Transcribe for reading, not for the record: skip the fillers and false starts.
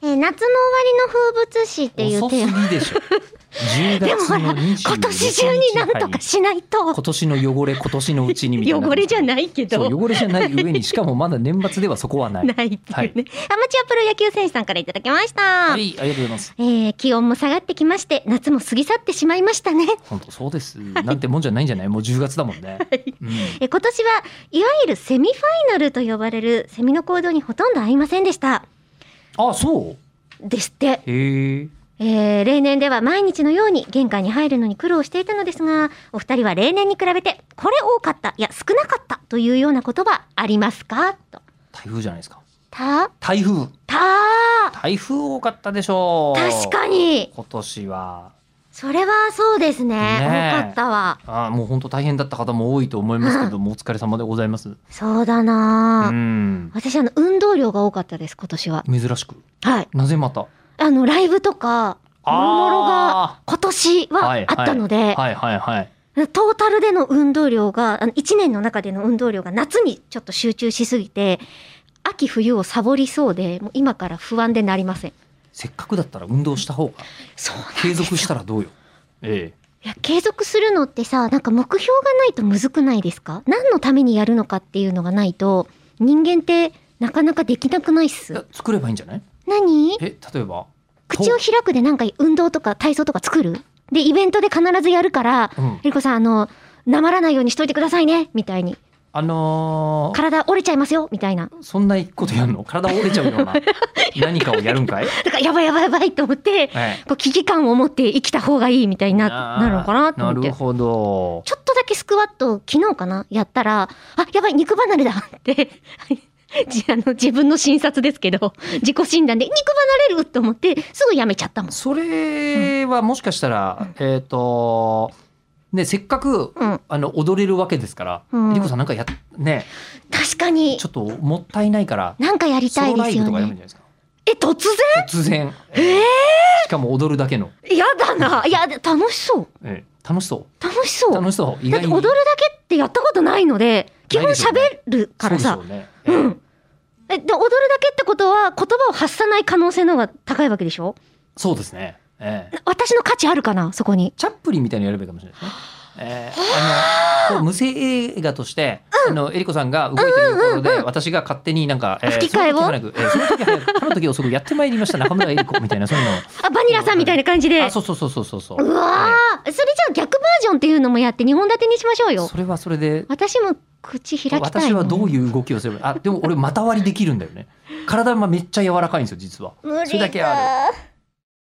夏の終わりの風物詩っていうテーマ。 遅すぎでしょ。10 でも月のほら、 26日今年中になんとかしないと。 今年の汚れ今年のうちにみたいな。 汚れじゃないけど。 そう汚れじゃない上にしかもまだ年末ではそこはない。 ないっていうね、 はい、 アマチュアプロ野球選手さんからいただきました。 はい、ありがとうございます。 気温も下がってきまして夏も過ぎ去ってしまいましたね。 本当そうです、なんてもんじゃないんじゃない。もう10月だもんね、うん、 今年はいわゆるセミファイナルと呼ばれるセミの行動にほとんど合いませんでした。 あ、そうですって。 へ例年では毎日のように玄関に入るのに苦労していたのですが、お二人は例年に比べてこれ多かった、いや少なかったというようなことはありますかと。 台風じゃないですか。 台風多かったでしょう。 確かに今年はそれはそうですね、多かったわ。 もう本当大変だった方も多いと思いますけども、お疲れ様でございます。 そうだな、私運動量が多かったです今年は。 珍しく。 はい。 なぜまたライブとかもろもろが今年はあったので、トータルでの運動量が1年の中での運動量が夏にちょっと集中しすぎて秋冬をサボりそうで、もう今から不安でなりません。 せっかくだったら運動した方が継続したらどうよ。いや継続するのってさ、なんか目標がないとむずくないですか？何のためにやるのかっていうのがないと人間ってなかなかできなくないっす。 作ればいいんじゃない？ 何？ 例えば口を開くでなんか運動とか体操とか作るでイベントで必ずやるから、えりこさんなまらないようにしといてくださいねみたいに、体折れちゃいますよみたいな。 そんなことやるの？体折れちゃうような何かをやるんかい？だからやばいやばいやばいと思って、こう危機感を持って生きた方がいいみたいになるのかなと思って。なるほど。ちょっとだけスクワット昨日かなやったら、やばい肉離れだって自分の診察ですけど自己診断で肉離れると思ってすぐやめちゃったもん。それはもしかしたら、ね、せっかく、踊れるわけですから、りこさんなんかね、確かにちょっともったいないからなんかやりたいですよね。ソロライブとかやるんじゃないですか。突然しかも踊るだけの。やだな。いや楽しそう。楽しそう。意外にだって踊るだけってやったことないので、基本喋るからさ。そうですよね。で踊るだけってことは言葉を発さない可能性の方が高いわけでしょ。そうですね。私の価値あるかなそこに。チャップリンみたいにやればいいかもしれないですね。無声映画としてえりこさんが動いてるところで、私が勝手になんか吹き替えをその時早く彼の時遅くやってまいりました中村えりこみたいな、そういうのバニラさんみたいな感じで。そう。うわそれじゃあ逆バージョンっていうのもやって2本立てにしましょうよ。それはそれで私も口開きたい。私はどういう動きをすればでも俺股割りできるんだよね。体はめっちゃ柔らかいんですよ実は。それだけある。